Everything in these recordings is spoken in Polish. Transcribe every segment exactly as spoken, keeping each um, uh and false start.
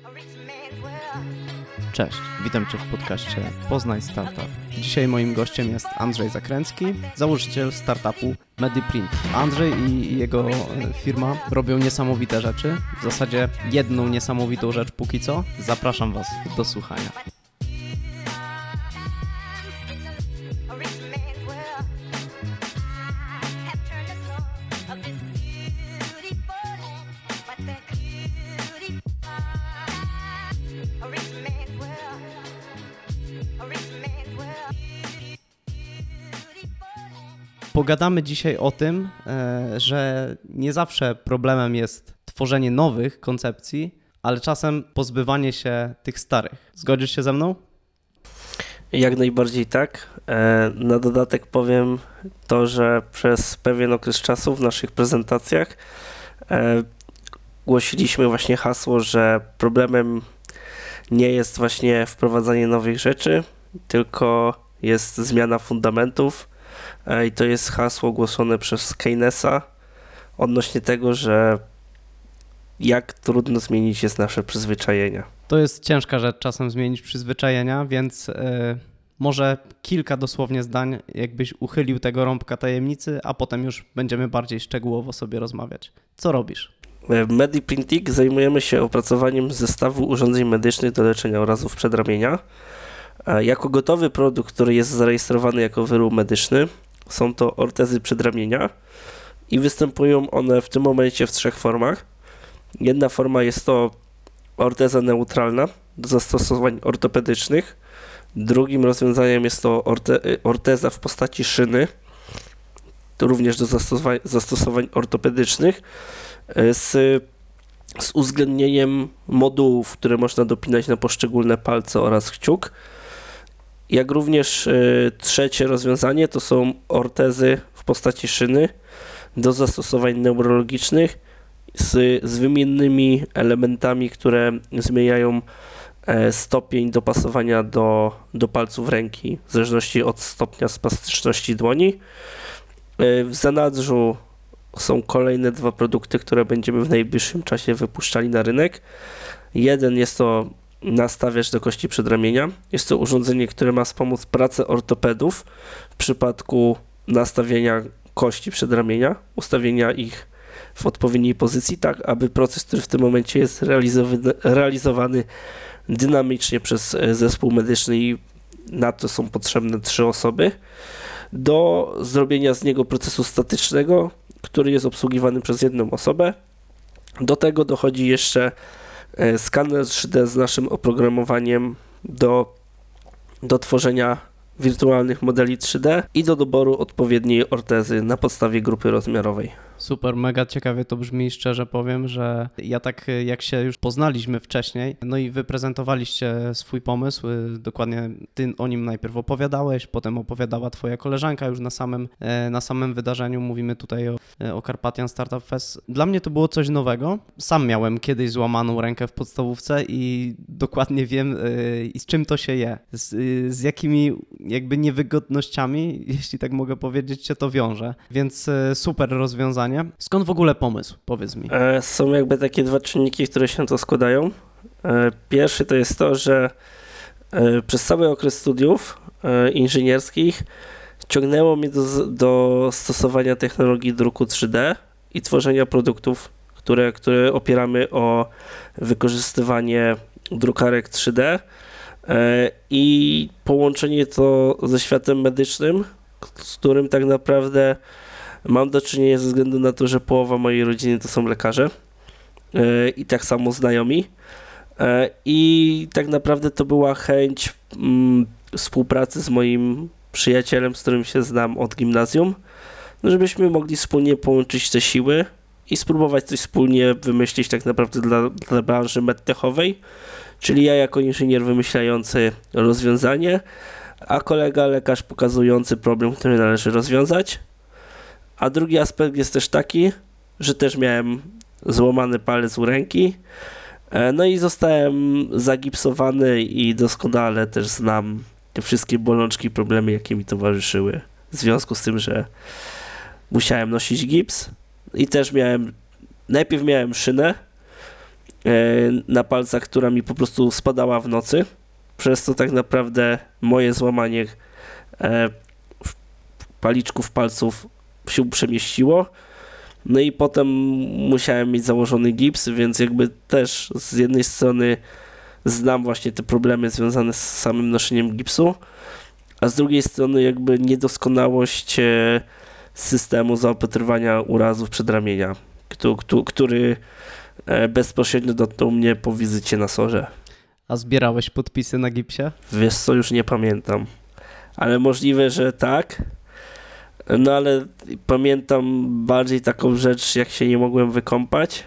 Cześć, witam Cię w podcaście Poznaj Startup. Dzisiaj moim gościem jest Andrzej Zakręcki, założyciel startupu MediPrint. Andrzej i jego firma robią niesamowite rzeczy, w zasadzie jedną niesamowitą rzecz póki co. Zapraszam Was do słuchania. Pogadamy dzisiaj o tym, że nie zawsze problemem jest tworzenie nowych koncepcji, ale czasem pozbywanie się tych starych. Zgodzisz się ze mną? Jak najbardziej tak. Na dodatek powiem to, że przez pewien okres czasu w naszych prezentacjach głosiliśmy właśnie hasło, że problemem nie jest właśnie wprowadzanie nowych rzeczy, tylko jest zmiana fundamentów. I to jest hasło głoszone przez Keynesa odnośnie tego, że jak trudno zmienić jest nasze przyzwyczajenia. To jest ciężka rzecz czasem zmienić przyzwyczajenia, więc yy, może kilka dosłownie zdań, jakbyś uchylił tego rąbka tajemnicy, a potem już będziemy bardziej szczegółowo sobie rozmawiać. Co robisz? W MediPrinting zajmujemy się opracowaniem zestawu urządzeń medycznych do leczenia urazów przedramienia. Jako gotowy produkt, który jest zarejestrowany jako wyrób medyczny, są to ortezy przedramienia i występują one w tym momencie w trzech formach. Jedna forma jest to orteza neutralna do zastosowań ortopedycznych. Drugim rozwiązaniem jest to orte, orteza w postaci szyny, to również do zastosowań, zastosowań ortopedycznych z, z uwzględnieniem modułów, które można dopinać na poszczególne palce oraz kciuk. Jak również y, trzecie rozwiązanie to są ortezy w postaci szyny do zastosowań neurologicznych z, z wymiennymi elementami, które zmieniają e, stopień dopasowania do, do palców ręki w zależności od stopnia spastyczności dłoni. E, w zanadrzu są kolejne dwa produkty, które będziemy w najbliższym czasie wypuszczali na rynek. Jeden jest to nastawiacz do kości przedramienia. Jest to urządzenie, które ma wspomóc pracę ortopedów w przypadku nastawienia kości przedramienia, ustawienia ich w odpowiedniej pozycji, tak aby proces, który w tym momencie jest realizowany, realizowany dynamicznie przez zespół medyczny i na to są potrzebne trzy osoby, do zrobienia z niego procesu statycznego, który jest obsługiwany przez jedną osobę. Do tego dochodzi jeszcze skaner trzy D z naszym oprogramowaniem do, do tworzenia wirtualnych modeli trzy D i do doboru odpowiedniej ortezy na podstawie grupy rozmiarowej. Super, mega ciekawie to brzmi, szczerze powiem, że ja tak jak się już poznaliśmy wcześniej, no i wy prezentowaliście swój pomysł, dokładnie ty o nim najpierw opowiadałeś, potem opowiadała twoja koleżanka już na samym, na samym wydarzeniu, mówimy tutaj o, o Carpathian Startup Fest. Dla mnie to było coś nowego, sam miałem kiedyś złamaną rękę w podstawówce i dokładnie wiem i z czym to się je, z, z jakimi jakby niewygodnościami, jeśli tak mogę powiedzieć, się to wiąże, więc super rozwiązanie. Skąd w ogóle pomysł? Powiedz mi. E, są jakby takie dwa czynniki, które się na to składają. E, pierwszy to jest to, że e, przez cały okres studiów e, inżynierskich ciągnęło mnie do, do stosowania technologii druku trzy D i tworzenia produktów, które, które opieramy o wykorzystywanie drukarek trzy D e, i połączenie to ze światem medycznym, z którym tak naprawdę mam do czynienia ze względu na to, że połowa mojej rodziny to są lekarze yy, i tak samo znajomi. Yy, I tak naprawdę to była chęć yy, współpracy z moim przyjacielem, z którym się znam od gimnazjum, no żebyśmy mogli wspólnie połączyć te siły i spróbować coś wspólnie wymyślić tak naprawdę dla, dla branży medtechowej, czyli ja jako inżynier wymyślający rozwiązanie, a kolega lekarz pokazujący problem, który należy rozwiązać. A drugi aspekt jest też taki, że też miałem złamany palec u ręki, no i zostałem zagipsowany i doskonale też znam te wszystkie bolączki, problemy, jakie mi towarzyszyły w związku z tym, że musiałem nosić gips i też miałem, najpierw miałem szynę, na palcach, która mi po prostu spadała w nocy, przez co tak naprawdę moje złamanie paliczków palców się przemieściło. No i potem musiałem mieć założony gips, więc jakby też z jednej strony znam właśnie te problemy związane z samym noszeniem gipsu, a z drugiej strony jakby niedoskonałość systemu zaopatrywania urazów przedramienia, który bezpośrednio dotknął mnie po wizycie na sorze. A zbierałeś podpisy na gipsie? Wiesz co, już nie pamiętam, ale możliwe, że tak. No ale pamiętam bardziej taką rzecz, jak się nie mogłem wykąpać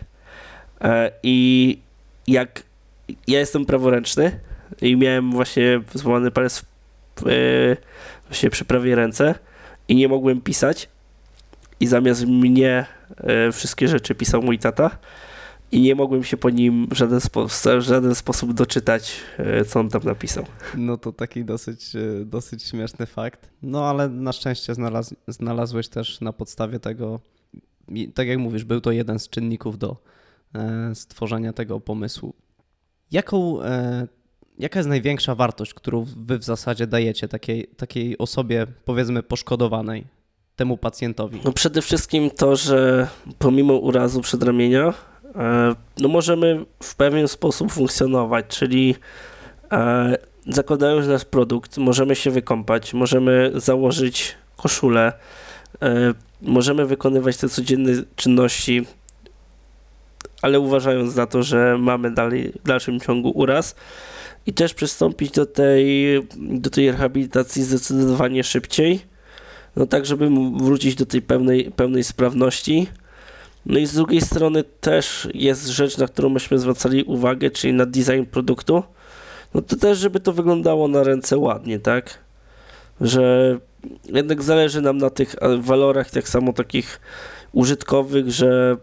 i jak ja jestem praworęczny i miałem właśnie złamany palec w, właśnie przy prawej ręce i nie mogłem pisać i zamiast mnie wszystkie rzeczy pisał mój tata i nie mogłem się po nim w żaden, spo, w żaden sposób doczytać, co on tam napisał. No to taki dosyć, dosyć śmieszny fakt. No ale na szczęście znalaz, znalazłeś też na podstawie tego, tak jak mówisz, był to jeden z czynników do e, stworzenia tego pomysłu. Jaką, e, jaka jest największa wartość, którą wy w zasadzie dajecie takiej, takiej osobie, powiedzmy, poszkodowanej, temu pacjentowi? No przede wszystkim to, że pomimo urazu przedramienia no możemy w pewien sposób funkcjonować, czyli e, zakładając nasz produkt, możemy się wykąpać, możemy założyć koszulę, e, możemy wykonywać te codzienne czynności, ale uważając na to, że mamy dalej, w dalszym ciągu uraz i też przystąpić do tej, do tej rehabilitacji zdecydowanie szybciej, no tak, żeby wrócić do tej pełnej, pełnej sprawności. No i z drugiej strony też jest rzecz, na którą myśmy zwracali uwagę, czyli na design produktu. No to też, żeby to wyglądało na ręce ładnie, tak? Że jednak zależy nam na tych walorach tak samo takich użytkowych, że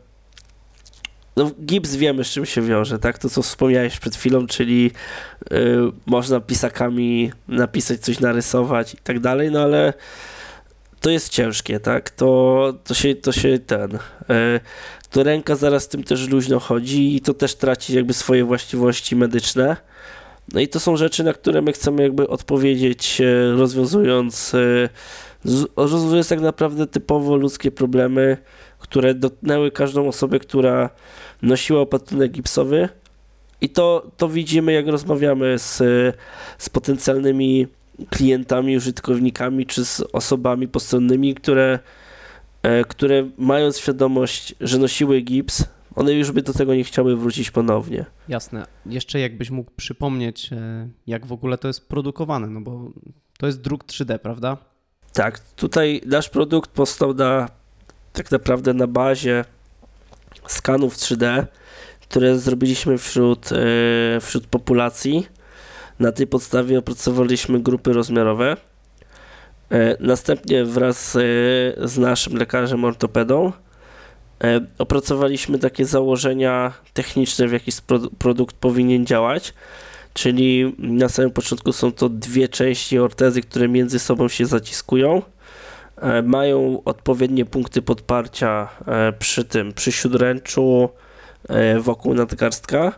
no gips wiemy, z czym się wiąże, tak? To, co wspomniałeś przed chwilą, czyli yy, można pisakami napisać, coś narysować i tak dalej, no ale to jest ciężkie, tak? To, to się, to się ten... Yy, to ręka zaraz tym też luźno chodzi i to też traci jakby swoje właściwości medyczne. No i to są rzeczy, na które my chcemy jakby odpowiedzieć, yy, rozwiązując, yy, rozwiązując tak naprawdę typowo ludzkie problemy, które dotknęły każdą osobę, która nosiła opatrunek gipsowy. I to, to widzimy, jak rozmawiamy z, z potencjalnymi klientami, użytkownikami czy z osobami postronnymi, które, które mając świadomość, że nosiły gips, one już by do tego nie chciały wrócić ponownie. Jasne. Jeszcze jakbyś mógł przypomnieć, jak w ogóle to jest produkowane, no bo to jest druk trzy D, prawda? Tak, tutaj nasz produkt powstał na, tak naprawdę na bazie skanów trzy D, które zrobiliśmy wśród, wśród populacji. Na tej podstawie opracowaliśmy grupy rozmiarowe. Następnie wraz z naszym lekarzem ortopedą opracowaliśmy takie założenia techniczne, w jaki produkt powinien działać, czyli na samym początku są to dwie części ortezy, które między sobą się zaciskują. Mają odpowiednie punkty podparcia przy tym, przy śródręczu, wokół nadgarstka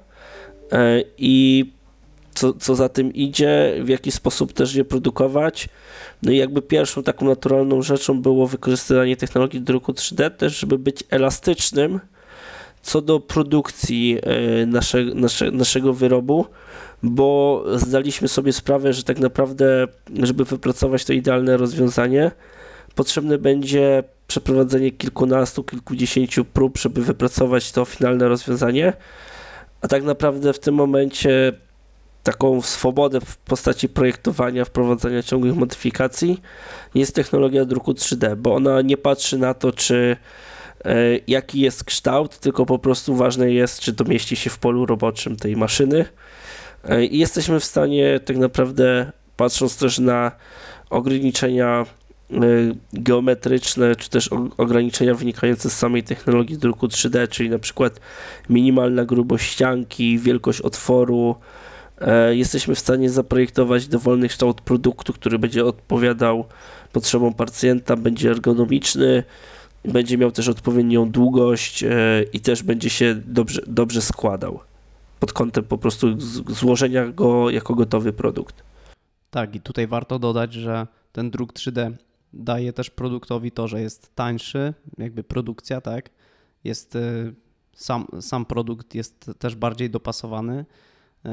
i co, co za tym idzie, w jaki sposób też je produkować. No i jakby pierwszą taką naturalną rzeczą było wykorzystywanie technologii druku trzy D też, żeby być elastycznym co do produkcji nasze, nasze, naszego wyrobu, bo zdaliśmy sobie sprawę, że tak naprawdę, żeby wypracować to idealne rozwiązanie, potrzebne będzie przeprowadzenie kilkunastu, kilkudziesięciu prób, żeby wypracować to finalne rozwiązanie, a tak naprawdę w tym momencie taką swobodę w postaci projektowania, wprowadzania ciągłych modyfikacji jest technologia druku trzy D, bo ona nie patrzy na to, czy e, jaki jest kształt, tylko po prostu ważne jest, czy to mieści się w polu roboczym tej maszyny e, i jesteśmy w stanie tak naprawdę, patrząc też na ograniczenia geometryczne, czy też ograniczenia wynikające z samej technologii druku trzy D, czyli na przykład minimalna grubość ścianki, wielkość otworu. Jesteśmy w stanie zaprojektować dowolny kształt produktu, który będzie odpowiadał potrzebom pacjenta, będzie ergonomiczny, będzie miał też odpowiednią długość i też będzie się dobrze, dobrze składał. pod kątem po prostu z- złożenia go jako gotowy produkt. Tak, i tutaj warto dodać, że ten druk trzy D daje też produktowi to, że jest tańszy, jakby produkcja, tak? Jest y, sam, sam produkt jest też bardziej dopasowany y,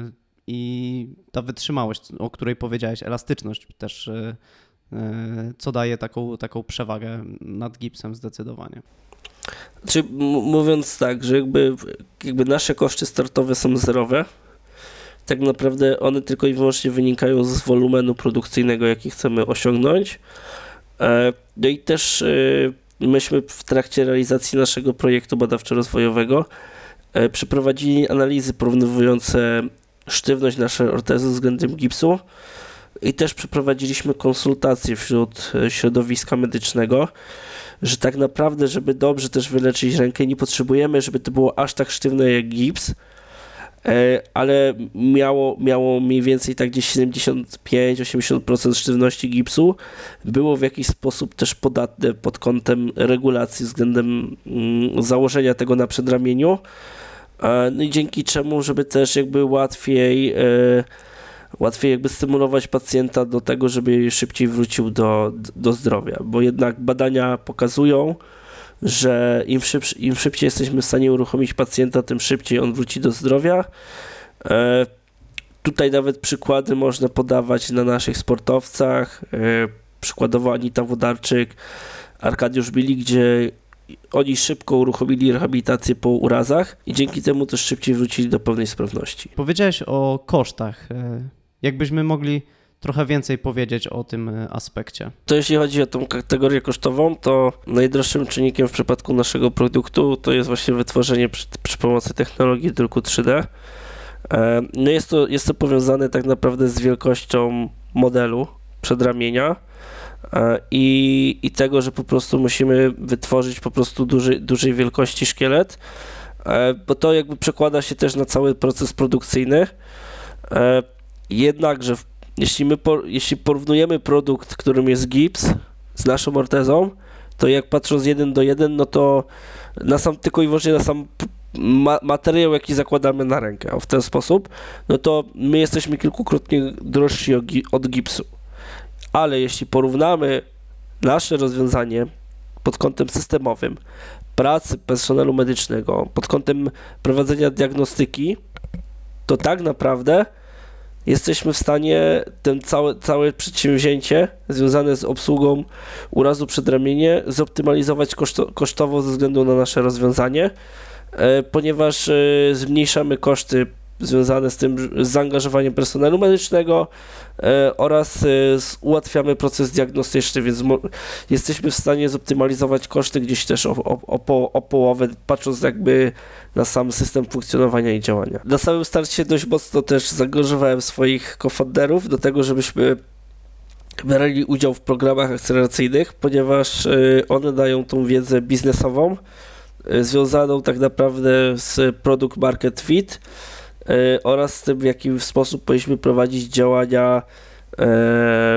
i ta wytrzymałość, o której powiedziałeś, elastyczność też, y, y, co daje taką, taką przewagę nad gipsem zdecydowanie. Znaczy, m- mówiąc tak, że jakby, jakby nasze koszty startowe są zerowe, tak naprawdę one tylko i wyłącznie wynikają z wolumenu produkcyjnego, jaki chcemy osiągnąć. E, No i też e, myśmy w trakcie realizacji naszego projektu badawczo-rozwojowego e, przeprowadzili analizy porównywujące sztywność naszej ortezy względem gipsu i też przeprowadziliśmy konsultacje wśród e, środowiska medycznego, że tak naprawdę, żeby dobrze też wyleczyć rękę, nie potrzebujemy, żeby to było aż tak sztywne jak gips, e, ale miało, miało mniej więcej tak gdzieś siedemdziesiąt pięć do osiemdziesięciu procent sztywności gipsu, było w jakiś sposób też podatne pod kątem regulacji względem mm, założenia tego na przedramieniu, e, no i dzięki czemu, żeby też jakby łatwiej e, łatwiej jakby stymulować pacjenta do tego, żeby szybciej wrócił do, do zdrowia, bo jednak badania pokazują, że im, szyb, im szybciej jesteśmy w stanie uruchomić pacjenta, tym szybciej on wróci do zdrowia. E, tutaj nawet przykłady można podawać na naszych sportowcach, e, przykładowo Anita Włodarczyk, Arkadiusz Bili, gdzie oni szybko uruchomili rehabilitację po urazach i dzięki temu też szybciej wrócili do pełnej sprawności. Powiedziałeś o kosztach. Jakbyśmy mogli trochę więcej powiedzieć o tym aspekcie? To jeśli chodzi o tą kategorię kosztową, to najdroższym czynnikiem w przypadku naszego produktu to jest właśnie wytworzenie przy, przy pomocy technologii druku trzy D. No jest to, jest to powiązane tak naprawdę z wielkością modelu przedramienia i, i tego, że po prostu musimy wytworzyć po prostu duży, dużej wielkości szkielet, bo to jakby przekłada się też na cały proces produkcyjny. Jednakże jeśli my por, jeśli porównujemy produkt, którym jest gips z naszą ortezą, to jak patrząc jeden do jeden, no to na sam, tylko i wyłącznie na sam ma, materiał, jaki zakładamy na rękę, o, w ten sposób, no to my jesteśmy kilkukrotnie drożsi od gipsu. Ale jeśli porównamy nasze rozwiązanie pod kątem systemowym, pracy personelu medycznego, pod kątem prowadzenia diagnostyki, to tak naprawdę jesteśmy w stanie ten całe, całe przedsięwzięcie związane z obsługą urazu przedramienia zoptymalizować koszto, kosztowo ze względu na nasze rozwiązanie, e, ponieważ e, zmniejszamy koszty związane z tym z zaangażowaniem personelu medycznego e, oraz e, z, ułatwiamy proces diagnostyczny, więc mo, jesteśmy w stanie zoptymalizować koszty gdzieś też o, o, o, po, o połowę, patrząc jakby na sam system funkcjonowania i działania. Na samym starcie dość mocno też zaangażowałem swoich cofounderów do tego, żebyśmy brali udział w programach akceleracyjnych, ponieważ e, one dają tą wiedzę biznesową e, związaną tak naprawdę z product market fit, oraz z tym, w jaki sposób powinniśmy prowadzić działania e,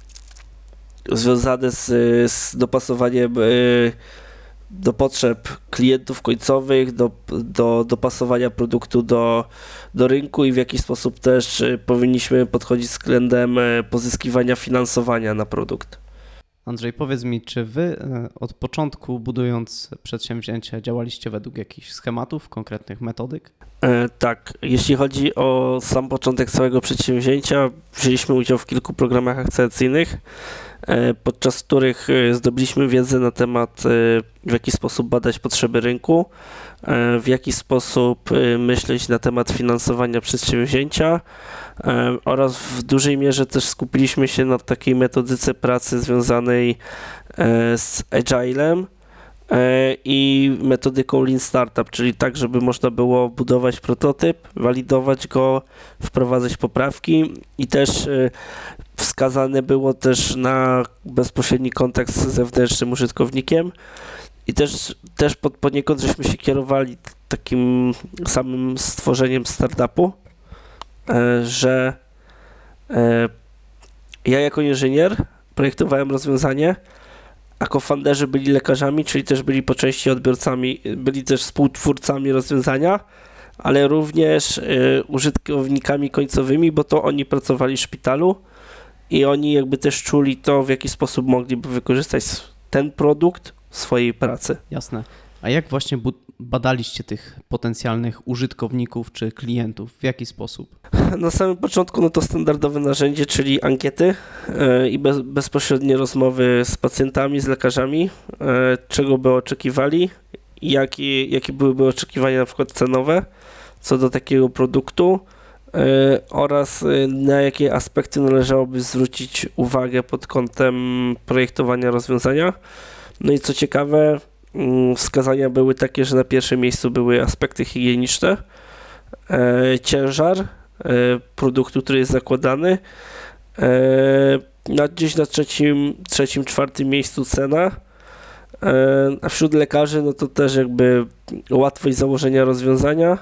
związane z, z dopasowaniem e, do potrzeb klientów końcowych, do, do dopasowania produktu do, do rynku i w jaki sposób też powinniśmy podchodzić względem pozyskiwania finansowania na produkt. Andrzej, powiedz mi, czy wy od początku budując przedsięwzięcie działaliście według jakichś schematów, konkretnych metodyk? E, tak, jeśli chodzi o sam początek całego przedsięwzięcia, wzięliśmy udział w kilku programach akceleracyjnych, e, podczas których zdobyliśmy wiedzę na temat, e, w jaki sposób badać potrzeby rynku, e, w jaki sposób e, myśleć na temat finansowania przedsięwzięcia e, oraz w dużej mierze też skupiliśmy się na takiej metodyce pracy związanej e, z Agilem i metodyką Lean Startup, czyli tak, żeby można było budować prototyp, walidować go, wprowadzać poprawki i też wskazane było też na bezpośredni kontakt z zewnętrznym użytkownikiem i też, też pod, poniekąd żeśmy się kierowali takim samym stworzeniem startupu, że ja jako inżynier projektowałem rozwiązanie, a cofounderzy byli lekarzami, czyli też byli po części odbiorcami, byli też współtwórcami rozwiązania, ale również y, użytkownikami końcowymi, bo to oni pracowali w szpitalu i oni jakby też czuli to, w jaki sposób mogliby wykorzystać ten produkt w swojej pracy. Jasne. A jak właśnie bu- badaliście tych potencjalnych użytkowników czy klientów? W jaki sposób? Na samym początku no to standardowe narzędzie, czyli ankiety yy, i bez, bezpośrednie rozmowy z pacjentami, z lekarzami, yy, czego by oczekiwali, jakie, jakie byłyby oczekiwania na przykład cenowe co do takiego produktu yy, oraz yy, na jakie aspekty należałoby zwrócić uwagę pod kątem projektowania rozwiązania. No i co ciekawe, yy, wskazania były takie, że na pierwszym miejscu były aspekty higieniczne, yy, ciężar produktu, który jest zakładany. Na, gdzieś na trzecim, trzecim, czwartym miejscu cena, a wśród lekarzy no to też jakby łatwość założenia rozwiązania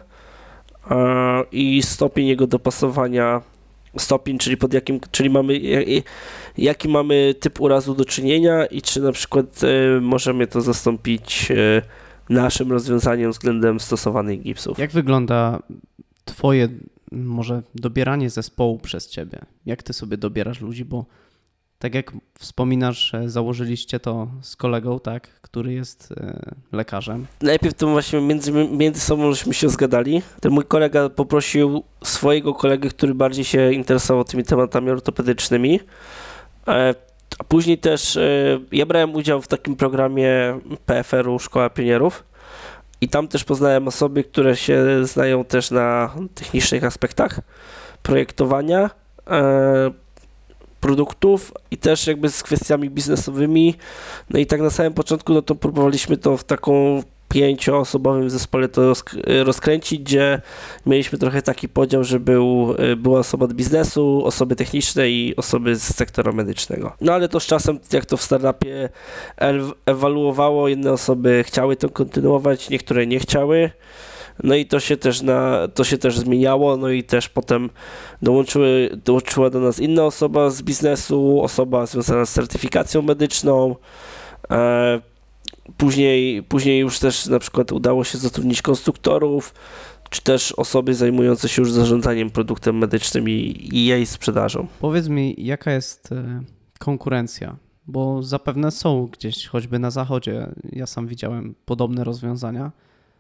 i stopień jego dopasowania, stopień, czyli pod jakim, czyli mamy, jaki mamy typ urazu do czynienia i czy na przykład możemy to zastąpić naszym rozwiązaniem względem stosowanych gipsów. Jak wygląda twoje może dobieranie zespołu przez ciebie? Jak ty sobie dobierasz ludzi, bo tak jak wspominasz, założyliście to z kolegą, tak, który jest e, lekarzem. Najpierw to właśnie między, między sobą żeśmy się zgadali. Ten mój kolega poprosił swojego kolegę, który bardziej się interesował tymi tematami ortopedycznymi. E, a później też e, ja brałem udział w takim programie P F R u Szkoła Pionierów. I tam też poznałem osoby, które się znają też na technicznych aspektach projektowania e, produktów i też jakby z kwestiami biznesowymi. No i tak na samym początku no to próbowaliśmy to w taką pięcioosobowym zespole to rozkręcić, gdzie mieliśmy trochę taki podział, że był, była osoba od biznesu, osoby techniczne i osoby z sektora medycznego. No ale to z czasem, jak to w startupie ewaluowało, jedne osoby chciały to kontynuować, niektóre nie chciały. No i to się też, na, to się też zmieniało, no i też potem dołączyły, dołączyła do nas inna osoba z biznesu, osoba związana z certyfikacją medyczną. E, Później, później już też na przykład udało się zatrudnić konstruktorów, czy też osoby zajmujące się już zarządzaniem produktem medycznym i, i jej sprzedażą. Powiedz mi, jaka jest konkurencja? Bo zapewne są gdzieś, choćby na zachodzie, ja sam widziałem podobne rozwiązania,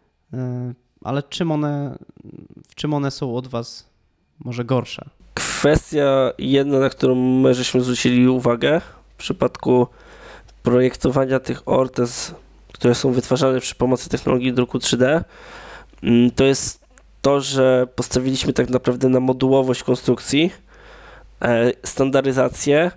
ale czym one, w czym one są od was może gorsze? Kwestia jedna, na którą my żeśmy zwrócili uwagę w przypadku projektowania tych ortez, które są wytwarzane przy pomocy technologii druku trzy D, to jest to, że postawiliśmy tak naprawdę na modułowość konstrukcji, standaryzację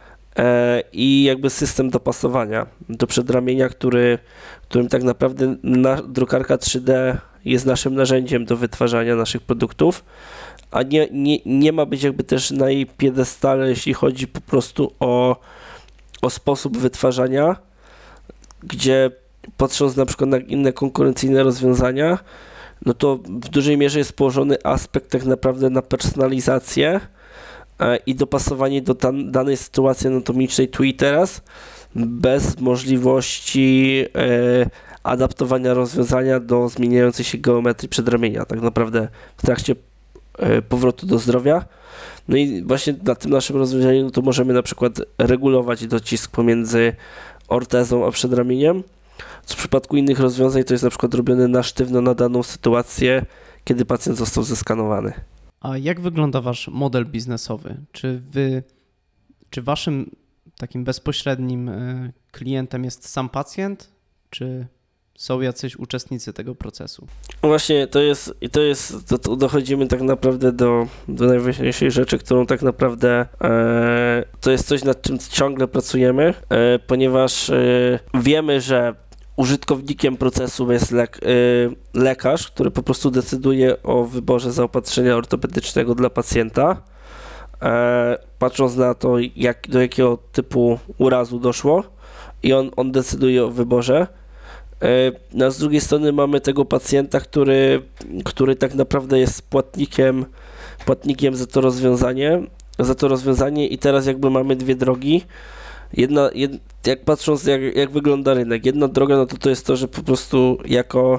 i jakby system dopasowania do przedramienia, który, którym tak naprawdę na, drukarka trzy D jest naszym narzędziem do wytwarzania naszych produktów, a nie, nie, nie ma być jakby też na jej piedestale, jeśli chodzi po prostu o o sposób wytwarzania, gdzie patrząc na przykład na inne konkurencyjne rozwiązania, no to w dużej mierze jest położony aspekt tak naprawdę na personalizację e, i dopasowanie do dan- danej sytuacji anatomicznej tu i teraz, bez możliwości e, adaptowania rozwiązania do zmieniającej się geometrii przedramienia, tak naprawdę w trakcie e, powrotu do zdrowia. No i właśnie na tym naszym rozwiązaniu no to możemy na przykład regulować docisk pomiędzy ortezą a przedramieniem, co w przypadku innych rozwiązań to jest na przykład robione na sztywno na daną sytuację, kiedy pacjent został zeskanowany. A jak wygląda wasz model biznesowy? Czy wy, czy waszym takim bezpośrednim klientem jest sam pacjent, czy są jacyś uczestnicy tego procesu? Właśnie to jest, i to jest, to, to dochodzimy tak naprawdę do, do najważniejszej rzeczy, którą tak naprawdę e, to jest coś, nad czym ciągle pracujemy, e, ponieważ e, wiemy, że użytkownikiem procesu jest lek, e, lekarz, który po prostu decyduje o wyborze zaopatrzenia ortopedycznego dla pacjenta, e, patrząc na to, jak, do jakiego typu urazu doszło i on, on decyduje o wyborze. No, z drugiej strony mamy tego pacjenta, który, który tak naprawdę jest płatnikiem, płatnikiem za to rozwiązanie, za to rozwiązanie i teraz jakby mamy dwie drogi. Jedna, jed, jak patrząc jak, jak wygląda rynek, jedna droga no to to jest to, że po prostu jako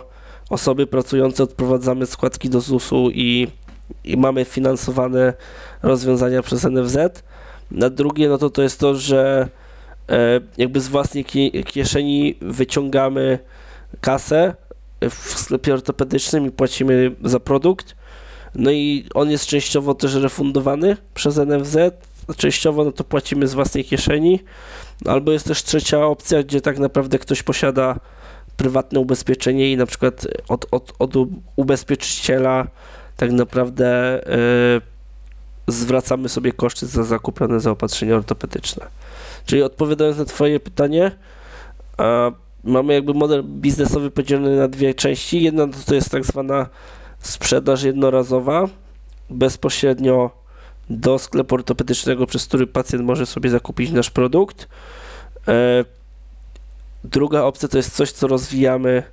osoby pracujące odprowadzamy składki do zusu i, i mamy finansowane rozwiązania przez N F Z. Na drugie, no to to jest to, że e, jakby z własnej ki- kieszeni wyciągamy kasę w sklepie ortopedycznym i płacimy za produkt. No i on jest częściowo też refundowany przez N F Z, częściowo no to płacimy z własnej kieszeni. Albo jest też trzecia opcja, gdzie tak naprawdę ktoś posiada prywatne ubezpieczenie i na przykład od, od, od ubezpieczyciela tak naprawdę yy, zwracamy sobie koszty za zakupione zaopatrzenie ortopedyczne. Czyli odpowiadając na twoje pytanie, a mamy jakby model biznesowy podzielony na dwie części. Jedna to jest tak zwana sprzedaż jednorazowa, bezpośrednio do sklepu ortopedycznego, przez który pacjent może sobie zakupić nasz produkt. E, druga opcja to jest coś, co rozwijamy e,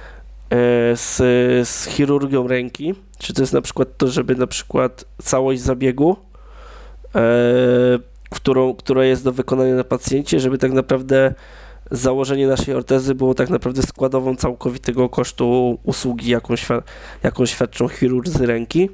z, z chirurgią ręki, czy to jest na przykład to, żeby na przykład całość zabiegu, e, którą, która jest do wykonania na pacjencie, żeby tak naprawdę założenie naszej ortezy było tak naprawdę składową całkowitego kosztu usługi, jaką, świ- jaką świadczą chirurdzy ręki.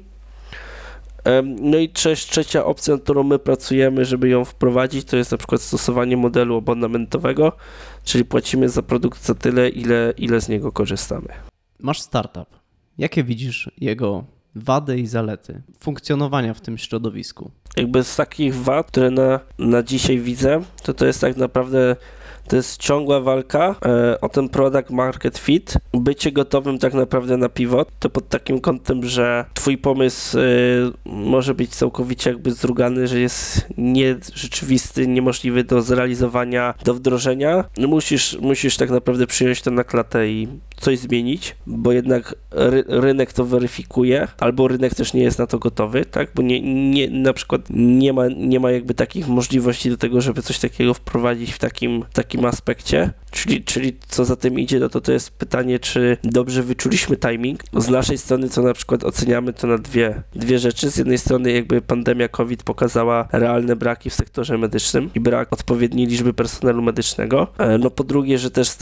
No i trzecia opcja, nad którą my pracujemy, żeby ją wprowadzić, to jest na przykład stosowanie modelu abonamentowego, czyli płacimy za produkt za tyle, ile, ile z niego korzystamy. Masz startup. Jakie widzisz jego wady i zalety funkcjonowania w tym środowisku? Jakby z takich wad, które na, na dzisiaj widzę, to to jest tak naprawdę to jest ciągła walka e, o ten product market fit, bycie gotowym tak naprawdę na pivot, to pod takim kątem, że twój pomysł e, może być całkowicie jakby zdrugany, że jest nierzeczywisty, niemożliwy do zrealizowania, do wdrożenia. No musisz, musisz tak naprawdę przyjąć to na klatę i coś zmienić, bo jednak ry, rynek to weryfikuje, albo rynek też nie jest na to gotowy, tak, bo nie, nie, na przykład nie ma, nie ma jakby takich możliwości do tego, żeby coś takiego wprowadzić w takim, w takim aspekcie, czyli, czyli co za tym idzie, no to to jest pytanie, czy dobrze wyczuliśmy timing. Z naszej strony to na przykład oceniamy to na dwie, dwie rzeczy. Z jednej strony jakby pandemia COVID pokazała realne braki w sektorze medycznym i brak odpowiedniej liczby personelu medycznego. No po drugie, że też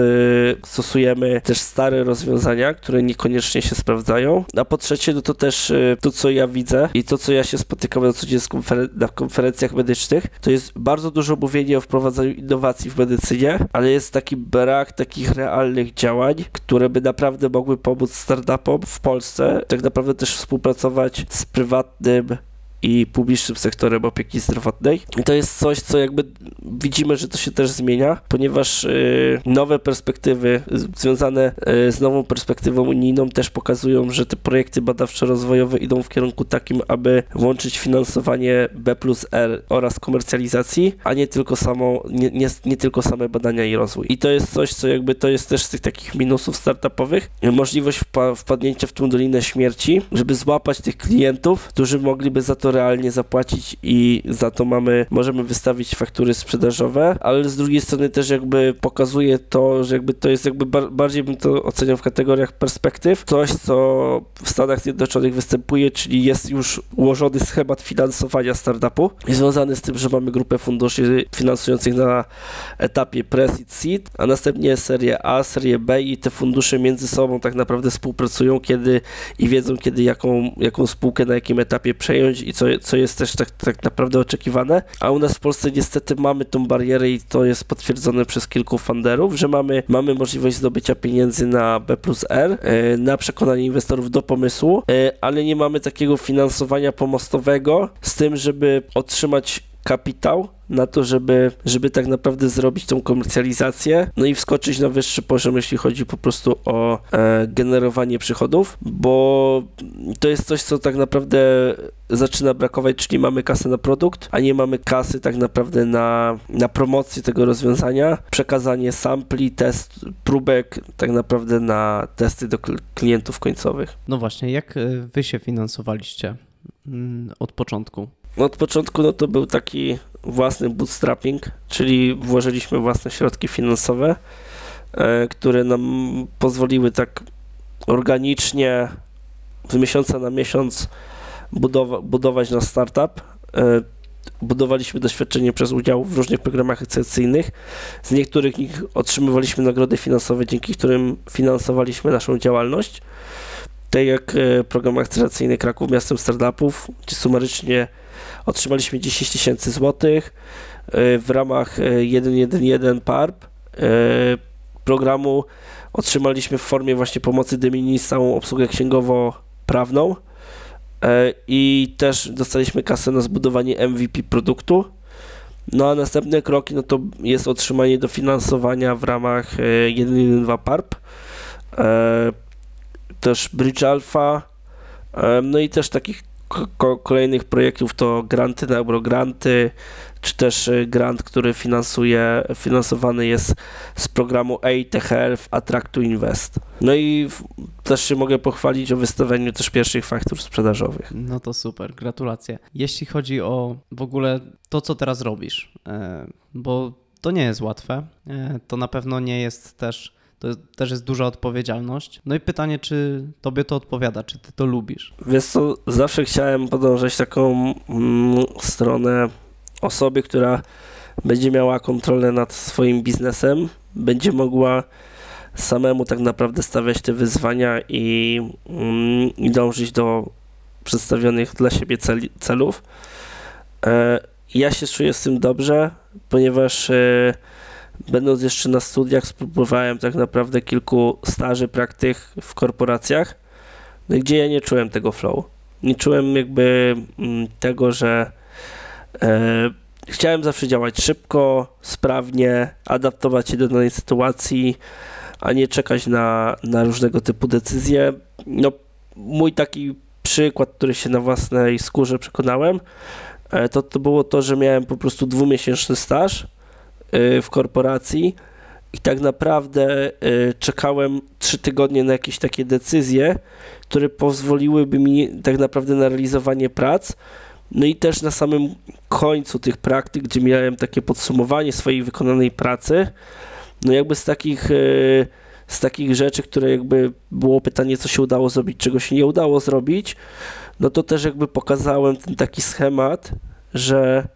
stosujemy też stare rozwiązania, które niekoniecznie się sprawdzają. A po trzecie, no to też to, co ja widzę i to, co ja się spotykam na co dzień konferen- na konferencjach medycznych, to jest bardzo dużo mówienia o wprowadzaniu innowacji w medycynie, ale jest taki brak takich realnych działań, które by naprawdę mogły pomóc startupom w Polsce, tak naprawdę też współpracować z prywatnym i publicznym sektorem opieki zdrowotnej. I to jest coś, co jakby widzimy, że to się też zmienia, ponieważ y, nowe perspektywy z, związane y, z nową perspektywą unijną też pokazują, że te projekty badawczo-rozwojowe idą w kierunku takim, aby łączyć finansowanie B plus R oraz komercjalizacji, a nie tylko samą, nie, nie, nie tylko same badania i rozwój. I to jest coś, co jakby to jest też z tych takich minusów startupowych, możliwość wpa- wpadnięcia w tą dolinę śmierci, żeby złapać tych klientów, którzy mogliby za to realnie zapłacić i za to mamy, możemy wystawić faktury sprzedażowe, ale z drugiej strony też jakby pokazuje to, że jakby to jest jakby bar- bardziej bym to oceniał w kategoriach perspektyw, coś co w Stanach Zjednoczonych występuje, czyli jest już ułożony schemat finansowania startupu i związany z tym, że mamy grupę funduszy finansujących na etapie pre-seed, seed, a następnie serię A, serię B i te fundusze między sobą tak naprawdę współpracują kiedy i wiedzą kiedy jaką, jaką spółkę na jakim etapie przejąć i co, co jest też tak, tak naprawdę oczekiwane, a u nas w Polsce niestety mamy tą barierę i to jest potwierdzone przez kilku funderów, że mamy, mamy możliwość zdobycia pieniędzy na B plus R, na przekonanie inwestorów do pomysłu, ale nie mamy takiego finansowania pomostowego z tym, żeby otrzymać kapitał na to, żeby, żeby tak naprawdę zrobić tą komercjalizację, no i wskoczyć na wyższy poziom, jeśli chodzi po prostu o e, generowanie przychodów, bo to jest coś, co tak naprawdę zaczyna brakować, czyli mamy kasę na produkt, a nie mamy kasy tak naprawdę na, na promocję tego rozwiązania, przekazanie sampli, test, próbek tak naprawdę na testy do klientów końcowych. No właśnie, jak wy się finansowaliście od początku? Od początku no to był taki własny bootstrapping, czyli włożyliśmy własne środki finansowe, e, które nam pozwoliły tak organicznie z miesiąca na miesiąc budowa- budować nasz startup. E, budowaliśmy doświadczenie przez udział w różnych programach akceleracyjnych. Z niektórych nich otrzymywaliśmy nagrody finansowe, dzięki którym finansowaliśmy naszą działalność. Tak jak program akceleracyjny Kraków Miastem Startupów, gdzie sumarycznie otrzymaliśmy dziesięć tysięcy złotych. W ramach sto jedenaście P A R P programu otrzymaliśmy w formie właśnie pomocy de minimis całą obsługę księgowo-prawną i też dostaliśmy kasę na zbudowanie M V P produktu. No a następne kroki no to jest otrzymanie dofinansowania w ramach sto jedenaście P A R P, też Bridge Alpha, no i też takich ko- kolejnych projektów to granty na eurogranty, czy też grant, który finansuje, finansowany jest z programu A T Health Attract to Invest. No i w, też się mogę pochwalić o wystawieniu też pierwszych faktur sprzedażowych. No to super, gratulacje. Jeśli chodzi o w ogóle to, co teraz robisz, bo to nie jest łatwe, to na pewno nie jest też, to jest, też jest duża odpowiedzialność. No i pytanie, czy tobie to odpowiada, czy ty to lubisz? Wiesz co, zawsze chciałem podążać taką mm, stronę osoby, która będzie miała kontrolę nad swoim biznesem, będzie mogła samemu tak naprawdę stawiać te wyzwania i, mm, i dążyć do przedstawionych dla siebie celi, celów. E, ja się czuję z tym dobrze, ponieważ e, będąc jeszcze na studiach spróbowałem tak naprawdę kilku staży, praktyk w korporacjach, no, gdzie ja nie czułem tego flow. Nie czułem jakby mm, tego, że e, chciałem zawsze działać szybko, sprawnie, adaptować się do danej sytuacji, a nie czekać na, na różnego typu decyzje. No, mój taki przykład, który się na własnej skórze przekonałem, e, to, to było to, że miałem po prostu dwumiesięczny staż w korporacji i tak naprawdę czekałem trzy tygodnie na jakieś takie decyzje, które pozwoliłyby mi tak naprawdę na realizowanie prac. No i też na samym końcu tych praktyk, gdzie miałem takie podsumowanie swojej wykonanej pracy, no jakby z takich, z takich rzeczy, które jakby było pytanie, co się udało zrobić, czego się nie udało zrobić, no to też jakby pokazałem ten taki schemat, że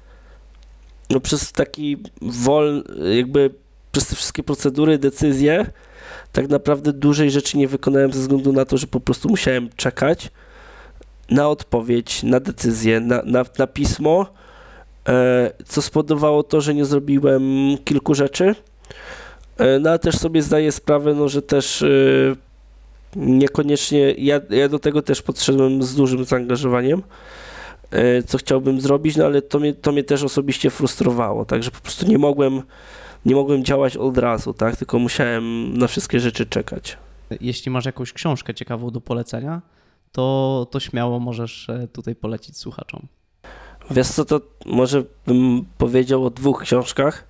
no przez taki wolny, jakby przez te wszystkie procedury, decyzje, tak naprawdę dużej rzeczy nie wykonałem ze względu na to, że po prostu musiałem czekać na odpowiedź, na decyzję, na, na, na pismo, e, co spowodowało to, że nie zrobiłem kilku rzeczy, e, no ale też sobie zdaję sprawę, no, że też e, niekoniecznie, ja, ja do tego też podszedłem z dużym zaangażowaniem, co chciałbym zrobić, no ale to mnie, to mnie też osobiście frustrowało, także po prostu nie mogłem, nie mogłem działać od razu, tak, tylko musiałem na wszystkie rzeczy czekać. Jeśli masz jakąś książkę ciekawą do polecenia, to, to śmiało możesz tutaj polecić słuchaczom. Wiesz co, to może bym powiedział o dwóch książkach.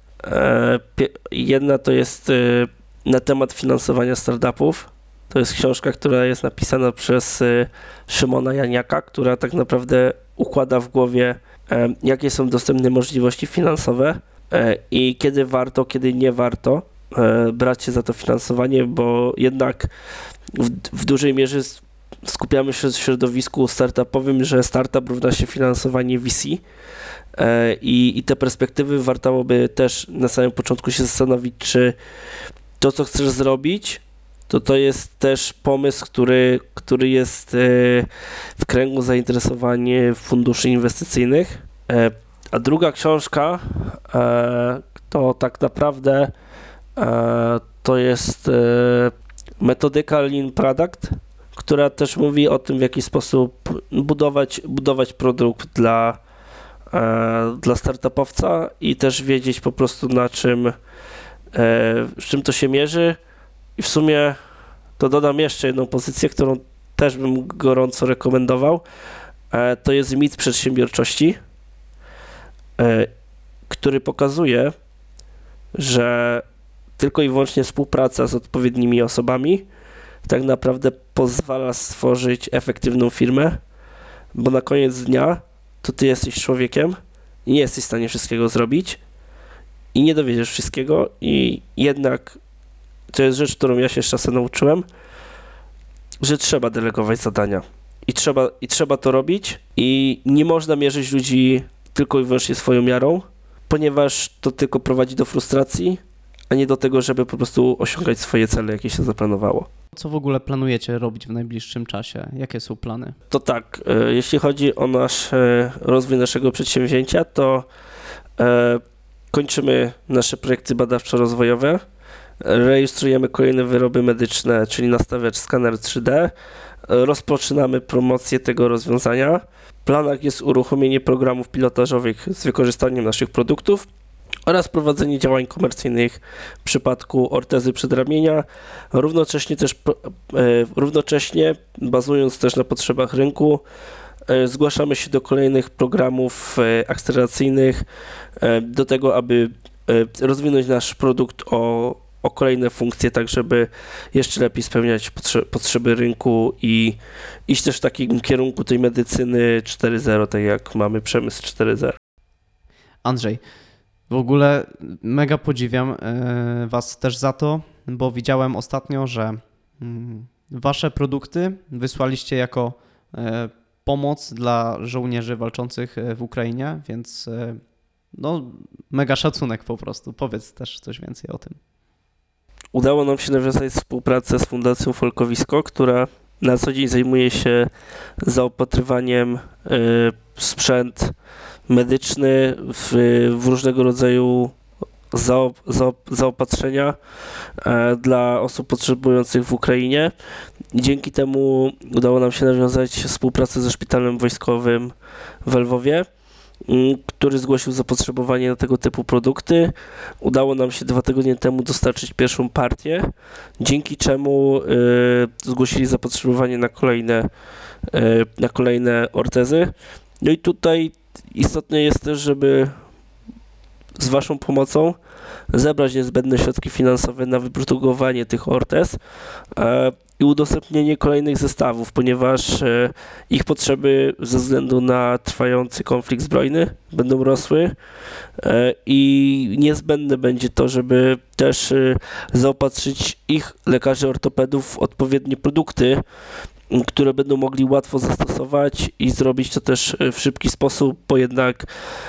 Jedna to jest na temat finansowania startupów. To jest książka, która jest napisana przez Szymona Janiaka, która tak naprawdę układa w głowie, jakie są dostępne możliwości finansowe i kiedy warto, kiedy nie warto brać się za to finansowanie, bo jednak w, w dużej mierze skupiamy się w środowisku startupowym, że startup równa się finansowanie V C i, i te perspektywy wartałoby też na samym początku się zastanowić, czy to, co chcesz zrobić, to to jest też pomysł, który, który jest w kręgu zainteresowań funduszy inwestycyjnych. A druga książka to tak naprawdę to jest metodyka Lean Product, która też mówi o tym, w jaki sposób budować, budować produkt dla, dla startupowca i też wiedzieć po prostu na czym, z czym to się mierzy. I w sumie to dodam jeszcze jedną pozycję, którą też bym gorąco rekomendował. To jest mit przedsiębiorczości, który pokazuje, że tylko i wyłącznie współpraca z odpowiednimi osobami tak naprawdę pozwala stworzyć efektywną firmę, bo na koniec dnia to ty jesteś człowiekiem i nie jesteś w stanie wszystkiego zrobić i nie dowiedziesz wszystkiego i jednak to jest rzecz, którą ja się z czasem nauczyłem, że trzeba delegować zadania i trzeba, i trzeba to robić i nie można mierzyć ludzi tylko i wyłącznie swoją miarą, ponieważ to tylko prowadzi do frustracji, a nie do tego, żeby po prostu osiągać swoje cele, jakie się zaplanowało. Co w ogóle planujecie robić w najbliższym czasie? Jakie są plany? To tak, e, jeśli chodzi o nasz e, rozwój naszego przedsięwzięcia, to e, kończymy nasze projekty badawczo-rozwojowe, rejestrujemy kolejne wyroby medyczne, czyli nastawiacz skaner trzy D, e, rozpoczynamy promocję tego rozwiązania. W planach jest uruchomienie programów pilotażowych z wykorzystaniem naszych produktów oraz prowadzenie działań komercyjnych w przypadku ortezy przedramienia, równocześnie też e, równocześnie bazując też na potrzebach rynku, e, zgłaszamy się do kolejnych programów e, akceleracyjnych e, do tego, aby e, rozwinąć nasz produkt o, o kolejne funkcje, tak żeby jeszcze lepiej spełniać potrze- potrzeby rynku i iść też w takim kierunku tej medycyny cztery zero, tak jak mamy przemysł cztery zero. Andrzej, w ogóle mega podziwiam Was też za to, bo widziałem ostatnio, że Wasze produkty wysłaliście jako pomoc dla żołnierzy walczących w Ukrainie, więc no mega szacunek po prostu. Powiedz też coś więcej o tym. Udało nam się nawiązać współpracę z Fundacją Folkowisko, która na co dzień zajmuje się zaopatrywaniem y, sprzęt medyczny w, w różnego rodzaju zaop, zaop, zaopatrzenia e, dla osób potrzebujących w Ukrainie. Dzięki temu udało nam się nawiązać współpracę ze szpitalem wojskowym w Lwowie, który zgłosił zapotrzebowanie na tego typu produkty. Udało nam się dwa tygodnie temu dostarczyć pierwszą partię, dzięki czemu y, zgłosili zapotrzebowanie na kolejne, y, na kolejne ortezy. No i tutaj istotne jest też, żeby z Waszą pomocą zebrać niezbędne środki finansowe na wyprodukowanie tych ortez e, i udostępnienie kolejnych zestawów, ponieważ e, ich potrzeby ze względu na trwający konflikt zbrojny będą rosły e, i niezbędne będzie to, żeby też e, zaopatrzyć ich lekarzy ortopedów w odpowiednie produkty, które będą mogli łatwo zastosować i zrobić to też w szybki sposób, bo jednak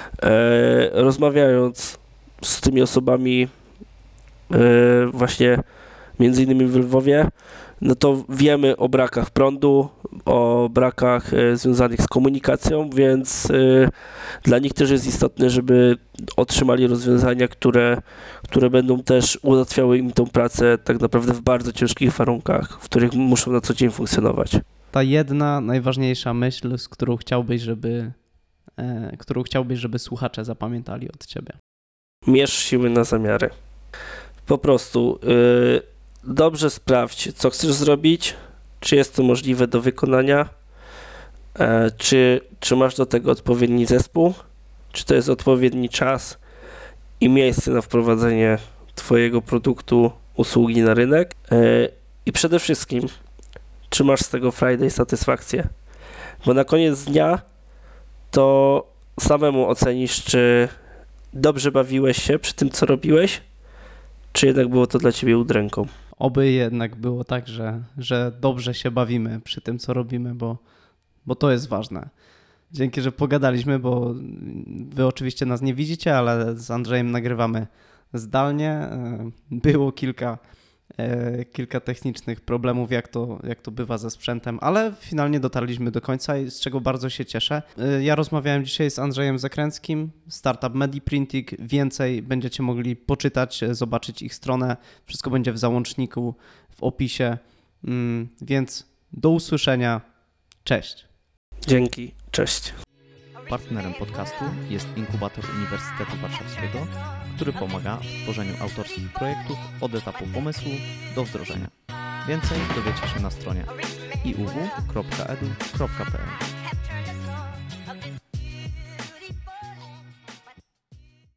e, rozmawiając z tymi osobami e, właśnie między innymi w Lwowie, no to wiemy o brakach prądu, o brakach e, związanych z komunikacją, więc e, dla nich też jest istotne, żeby otrzymali rozwiązania, które, które będą też ułatwiały im tą pracę tak naprawdę w bardzo ciężkich warunkach, w których muszą na co dzień funkcjonować. Ta jedna najważniejsza myśl, z którą chciałbyś, żeby, e, którą chciałbyś, żeby słuchacze zapamiętali od Ciebie. Mierz siły na zamiary. Po prostu yy, dobrze sprawdź, co chcesz zrobić, czy jest to możliwe do wykonania, e, czy, czy masz do tego odpowiedni zespół, czy to jest odpowiedni czas i miejsce na wprowadzenie Twojego produktu, usługi na rynek e, i przede wszystkim, czy masz z tego frajdę i satysfakcję, bo na koniec dnia to samemu ocenisz, czy dobrze bawiłeś się przy tym, co robiłeś, czy jednak było to dla Ciebie udręką. Oby jednak było tak, że, że dobrze się bawimy przy tym, co robimy, bo, bo to jest ważne. Dzięki, że pogadaliśmy, bo Wy oczywiście nas nie widzicie, ale z Andrzejem nagrywamy zdalnie. Było kilka, kilka technicznych problemów, jak to, jak to bywa ze sprzętem, ale finalnie dotarliśmy do końca i z czego bardzo się cieszę. Ja rozmawiałem dzisiaj z Andrzejem Zakręckim, startup MediPrinting. Więcej będziecie mogli poczytać, zobaczyć ich stronę. Wszystko będzie w załączniku, w opisie, więc do usłyszenia. Cześć. Dzięki, cześć. Partnerem podcastu jest Inkubator Uniwersytetu Warszawskiego, który pomaga w tworzeniu autorskich projektów od etapu pomysłu do wdrożenia. Więcej dowiecie się na stronie i u w kropka e d u kropka p l.